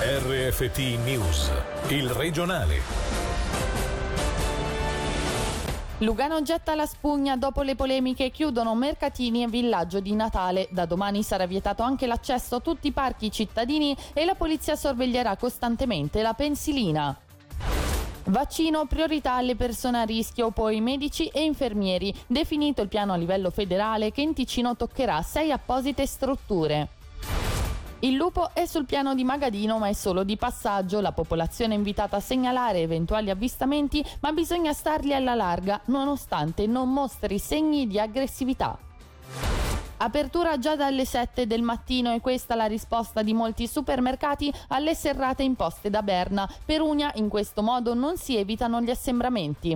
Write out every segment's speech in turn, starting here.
RFT News, il regionale. Lugano getta la spugna dopo le polemiche, chiudono mercatini e villaggio di Natale. Da domani sarà vietato anche l'accesso a tutti i parchi cittadini e la polizia sorveglierà costantemente la pensilina. Vaccino, priorità alle persone a rischio, poi medici e infermieri. Definito il piano a livello federale che in Ticino toccherà 6 apposite strutture. Il lupo è sul piano di Magadino, ma è solo di passaggio. La popolazione è invitata a segnalare eventuali avvistamenti, ma bisogna stargli alla larga, nonostante non mostri segni di aggressività. Apertura già dalle 7 del mattino e questa la risposta di molti supermercati alle serrate imposte da Berna. Per Unia, in questo modo non si evitano gli assembramenti.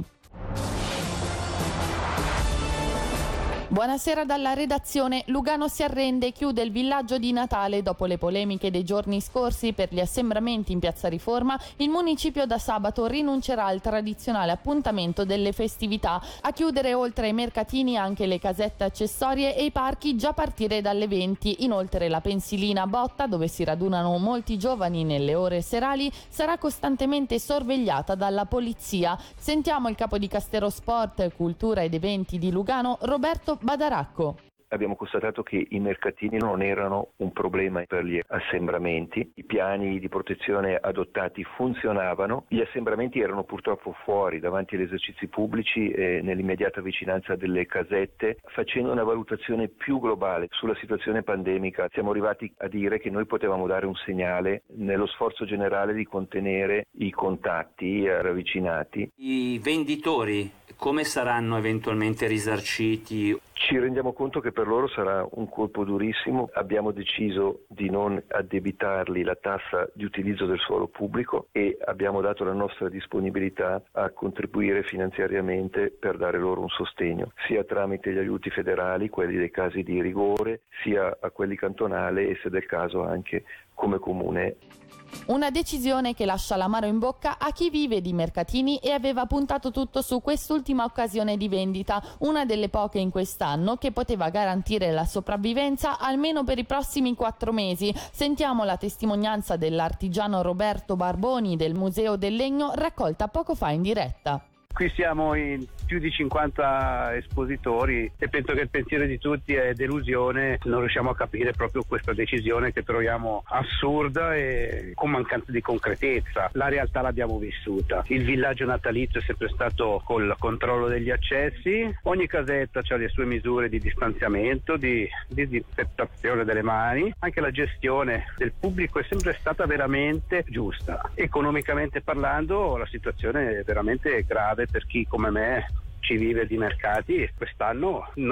Buonasera dalla redazione. Lugano si arrende e chiude il villaggio di Natale. Dopo le polemiche dei giorni scorsi per gli assembramenti in Piazza Riforma, il municipio da sabato rinuncerà al tradizionale appuntamento delle festività. A chiudere oltre ai mercatini anche le casette accessorie e i parchi già a partire dalle 20. Inoltre la pensilina Botta, dove si radunano molti giovani nelle ore serali, sarà costantemente sorvegliata dalla polizia. Sentiamo il capo di Castero Sport, Cultura ed Eventi di Lugano, Roberto Badaracco. Abbiamo constatato che i mercatini non erano un problema per gli assembramenti, i piani di protezione adottati funzionavano, gli assembramenti erano purtroppo fuori, davanti agli esercizi pubblici e nell'immediata vicinanza delle casette. Facendo una valutazione più globale sulla situazione pandemica, siamo arrivati a dire che noi potevamo dare un segnale nello sforzo generale di contenere i contatti ravvicinati. I venditori come saranno eventualmente risarciti? Ci rendiamo conto che per loro sarà un colpo durissimo. Abbiamo deciso di non addebitarli la tassa di utilizzo del suolo pubblico e abbiamo dato la nostra disponibilità a contribuire finanziariamente per dare loro un sostegno, sia tramite gli aiuti federali, quelli dei casi di rigore, sia a quelli cantonali e se del caso anche come comune. Una decisione che lascia l'amaro in bocca a chi vive di mercatini e aveva puntato tutto su quest'ultima occasione di vendita, una delle poche in quest'anno che poteva garantire la sopravvivenza almeno per i prossimi 4 mesi. Sentiamo la testimonianza dell'artigiano Roberto Barboni del Museo del Legno raccolta poco fa in diretta. Qui siamo in più di 50 espositori e penso che il pensiero di tutti è delusione. Non riusciamo a capire proprio questa decisione che troviamo assurda e con mancanza di concretezza. La realtà l'abbiamo vissuta. Il villaggio natalizio è sempre stato col controllo degli accessi. Ogni casetta ha le sue misure di distanziamento, di disinfettazione delle mani. Anche la gestione del pubblico è sempre stata veramente giusta. Economicamente parlando la situazione è veramente grave per chi come me ci vive di mercati e quest'anno il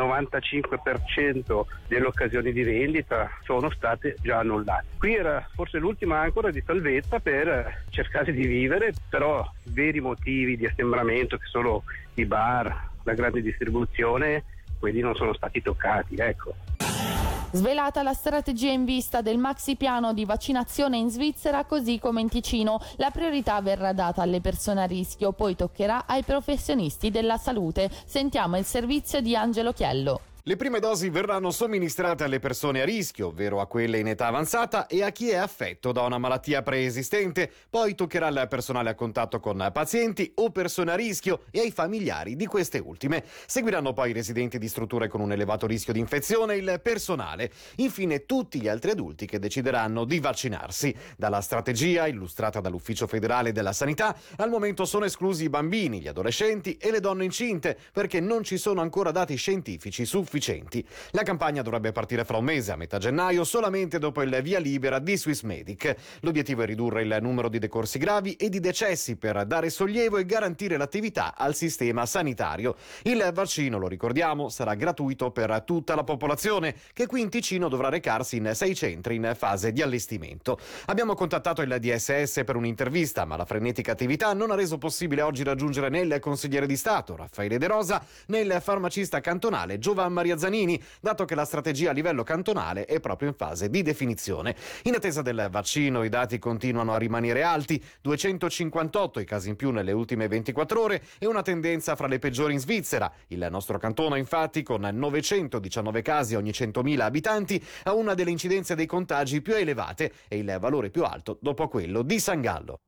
95% delle occasioni di vendita sono state già annullate. Qui era forse l'ultima ancora di salvezza per cercare di vivere, però i veri motivi di assembramento che sono i bar, la grande distribuzione, quelli non sono stati toccati, ecco. Svelata la strategia in vista del maxi piano di vaccinazione in Svizzera, così come in Ticino. La priorità verrà data alle persone a rischio, poi toccherà ai professionisti della salute. Sentiamo il servizio di Angelo Chiello. Le prime dosi verranno somministrate alle persone a rischio, ovvero a quelle in età avanzata e a chi è affetto da una malattia preesistente. Poi toccherà al personale a contatto con pazienti o persone a rischio e ai familiari di queste ultime. Seguiranno poi i residenti di strutture con un elevato rischio di infezione e il personale. Infine tutti gli altri adulti che decideranno di vaccinarsi. Dalla strategia illustrata dall'Ufficio Federale della Sanità, al momento sono esclusi i bambini, gli adolescenti e le donne incinte, perché non ci sono ancora dati scientifici sufficienti. La campagna dovrebbe partire fra un mese, a metà gennaio, solamente dopo il via libera di Swissmedic. L'obiettivo è ridurre il numero di decorsi gravi e di decessi per dare sollievo e garantire l'attività al sistema sanitario. Il vaccino, lo ricordiamo, sarà gratuito per tutta la popolazione, che qui in Ticino dovrà recarsi in 6 centri in fase di allestimento. Abbiamo contattato il DSS per un'intervista, ma la frenetica attività non ha reso possibile oggi raggiungere né il consigliere di Stato, Raffaele De Rosa, né il farmacista cantonale Giovan Maria Zanini, dato che la strategia a livello cantonale è proprio in fase di definizione. In attesa del vaccino i dati continuano a rimanere alti, 258 i casi in più nelle ultime 24 ore e una tendenza fra le peggiori in Svizzera. Il nostro cantono infatti con 919 casi ogni 100.000 abitanti ha una delle incidenze dei contagi più elevate e il valore più alto dopo quello di San Gallo.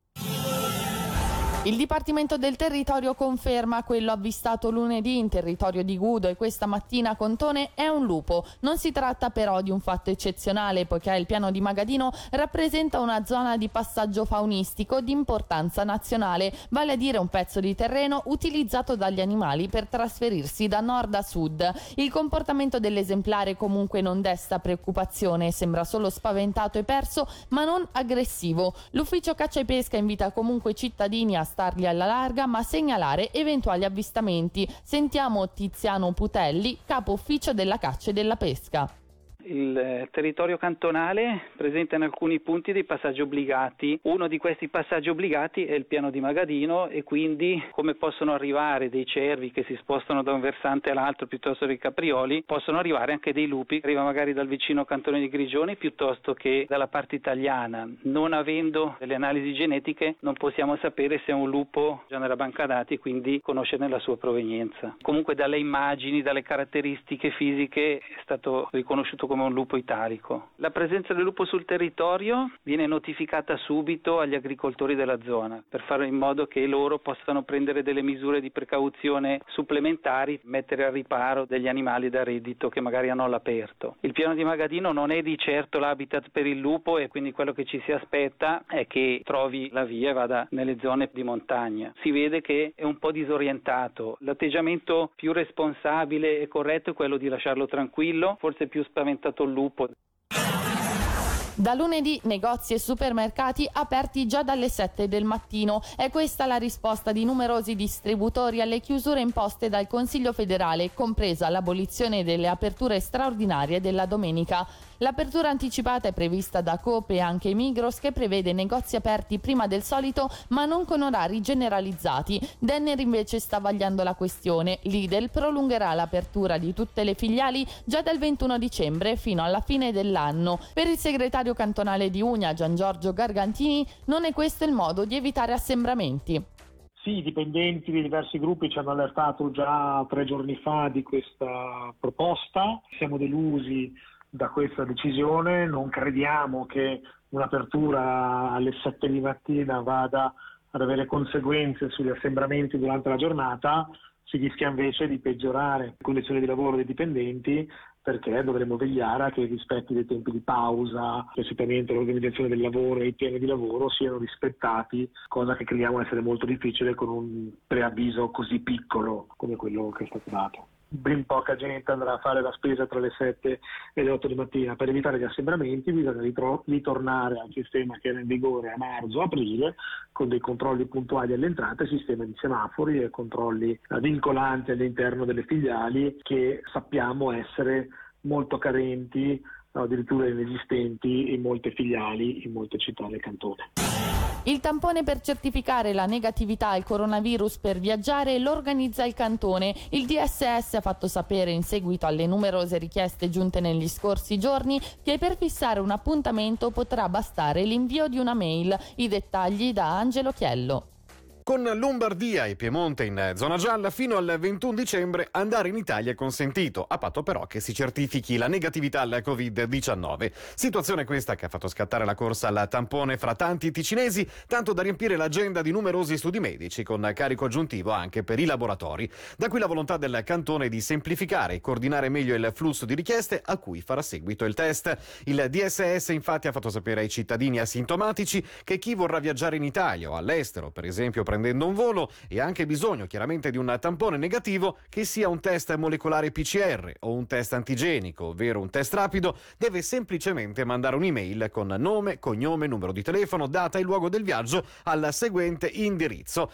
Il Dipartimento del Territorio conferma quello avvistato lunedì in territorio di Gudo e questa mattina a Contone è un lupo. Non si tratta però di un fatto eccezionale, poiché il piano di Magadino rappresenta una zona di passaggio faunistico di importanza nazionale, vale a dire un pezzo di terreno utilizzato dagli animali per trasferirsi da nord a sud. Il comportamento dell'esemplare comunque non desta preoccupazione, sembra solo spaventato e perso, ma non aggressivo. L'ufficio caccia e pesca invita comunque i cittadini a stargli alla larga ma segnalare eventuali avvistamenti. Sentiamo Tiziano Putelli, capo ufficio della caccia e della pesca. Il territorio cantonale presenta in alcuni punti dei passaggi obbligati. Uno di questi passaggi obbligati è il piano di Magadino e quindi come possono arrivare dei cervi che si spostano da un versante all'altro piuttosto che i caprioli, possono arrivare anche dei lupi che arrivano magari dal vicino cantone di Grigioni piuttosto che dalla parte italiana. Non avendo delle analisi genetiche non possiamo sapere se è un lupo già nella banca dati e quindi conoscerne la sua provenienza. Comunque dalle immagini, dalle caratteristiche fisiche è stato riconosciuto come un lupo italico. La presenza del lupo sul territorio viene notificata subito agli agricoltori della zona per fare in modo che loro possano prendere delle misure di precauzione supplementari, mettere al riparo degli animali da reddito che magari hanno all'aperto. Il piano di Magadino non è di certo l'habitat per il lupo e quindi quello che ci si aspetta è che trovi la via e vada nelle zone di montagna. Si vede che è un po' disorientato. L'atteggiamento più responsabile e corretto è quello di lasciarlo tranquillo, forse più spaventato il lupo. Da lunedì negozi e supermercati aperti già dalle 7 del mattino. È questa la risposta di numerosi distributori alle chiusure imposte dal Consiglio federale, compresa l'abolizione delle aperture straordinarie della domenica. L'apertura anticipata è prevista da Coop e anche Migros, che prevede negozi aperti prima del solito ma non con orari generalizzati. Denner invece sta vagliando la questione. Lidl prolungherà l'apertura di tutte le filiali già dal 21 dicembre fino alla fine dell'anno. Per il segretario cantonale di Ugna, Gian Giorgio Gargantini, non è questo il modo di evitare assembramenti. Sì, i dipendenti di diversi gruppi ci hanno allertato già 3 giorni fa di questa proposta. Siamo delusi da questa decisione, non crediamo che un'apertura alle 7 di mattina vada ad avere conseguenze sugli assembramenti durante la giornata. Si rischia invece di peggiorare le condizioni di lavoro dei dipendenti, perché dovremo vegliare a che i rispetti dei tempi di pausa, specificamente l'organizzazione del lavoro e i piani di lavoro siano rispettati, cosa che crediamo essere molto difficile con un preavviso così piccolo come quello che è stato dato. Ben poca gente andrà a fare la spesa tra le 7 e le 8 di mattina. Per evitare gli assembramenti bisogna ritornare al sistema che era in vigore a marzo-aprile, con dei controlli puntuali all'entrata, sistema di semafori e controlli vincolanti all'interno delle filiali che sappiamo essere molto carenti, addirittura inesistenti in molte filiali, in molte città del cantone. Il tampone per certificare la negatività al coronavirus per viaggiare lo organizza il cantone. Il DSS ha fatto sapere, in seguito alle numerose richieste giunte negli scorsi giorni, che per fissare un appuntamento potrà bastare l'invio di una mail. I dettagli da Angelo Chiello. Con Lombardia e Piemonte in zona gialla, fino al 21 dicembre andare in Italia è consentito, a patto però che si certifichi la negatività al Covid-19. Situazione questa che ha fatto scattare la corsa al tampone fra tanti ticinesi, tanto da riempire l'agenda di numerosi studi medici con carico aggiuntivo anche per i laboratori. Da qui la volontà del cantone di semplificare e coordinare meglio il flusso di richieste a cui farà seguito il test. Il DSS infatti ha fatto sapere ai cittadini asintomatici che chi vorrà viaggiare in Italia o all'estero, per esempio prendendo un volo, e ha anche bisogno chiaramente di un tampone negativo, che sia un test molecolare PCR o un test antigenico, ovvero un test rapido, deve semplicemente mandare un'email con nome, cognome, numero di telefono, data e luogo del viaggio al seguente indirizzo: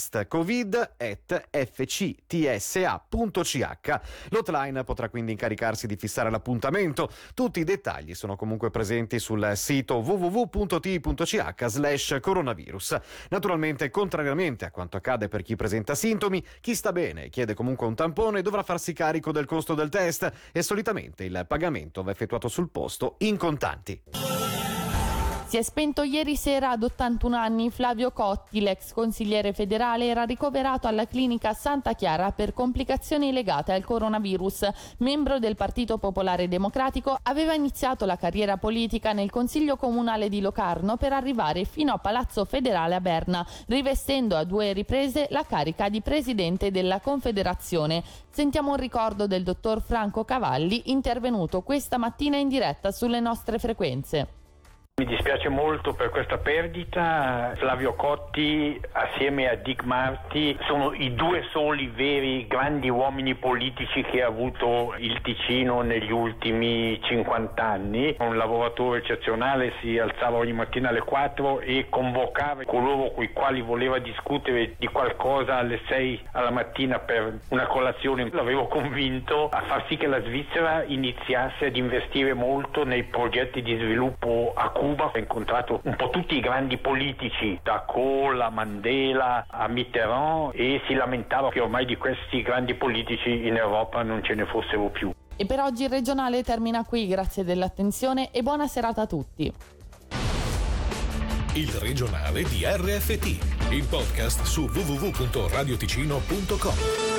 testcovid@fctsa.ch. L'hotline potrà quindi incaricarsi di fissare l'appuntamento. Tutti i dettagli sono comunque presenti sul sito www.ti.ch/coronavirus. Naturalmente, contrariamente contrariamente a quanto accade per chi presenta sintomi, chi sta bene e chiede comunque un tampone dovrà farsi carico del costo del test e solitamente il pagamento va effettuato sul posto in contanti. Si è spento ieri sera ad 81 anni Flavio Cotti, l'ex consigliere federale, era ricoverato alla clinica Santa Chiara per complicazioni legate al coronavirus. Membro del Partito Popolare Democratico, aveva iniziato la carriera politica nel Consiglio Comunale di Locarno per arrivare fino a Palazzo Federale a Berna, rivestendo a 2 riprese la carica di presidente della Confederazione. Sentiamo un ricordo del dottor Franco Cavalli, intervenuto questa mattina in diretta sulle nostre frequenze. Mi dispiace molto per questa perdita. Flavio Cotti assieme a Dick Marty sono i 2 soli veri grandi uomini politici che ha avuto il Ticino negli ultimi 50 anni. Un lavoratore eccezionale, si alzava ogni mattina alle 4 e convocava coloro con i quali voleva discutere di qualcosa alle 6 alla mattina per una colazione. L'avevo convinto a far sì che la Svizzera iniziasse ad investire molto nei progetti di sviluppo a Cuba. Ho incontrato un po' tutti i grandi politici, da Kohl a Mandela a Mitterrand, e si lamentava che ormai di questi grandi politici in Europa non ce ne fossero più. E per oggi il regionale termina qui, grazie dell'attenzione e buona serata a tutti. Il regionale di RFT, il podcast su www.radioticino.com.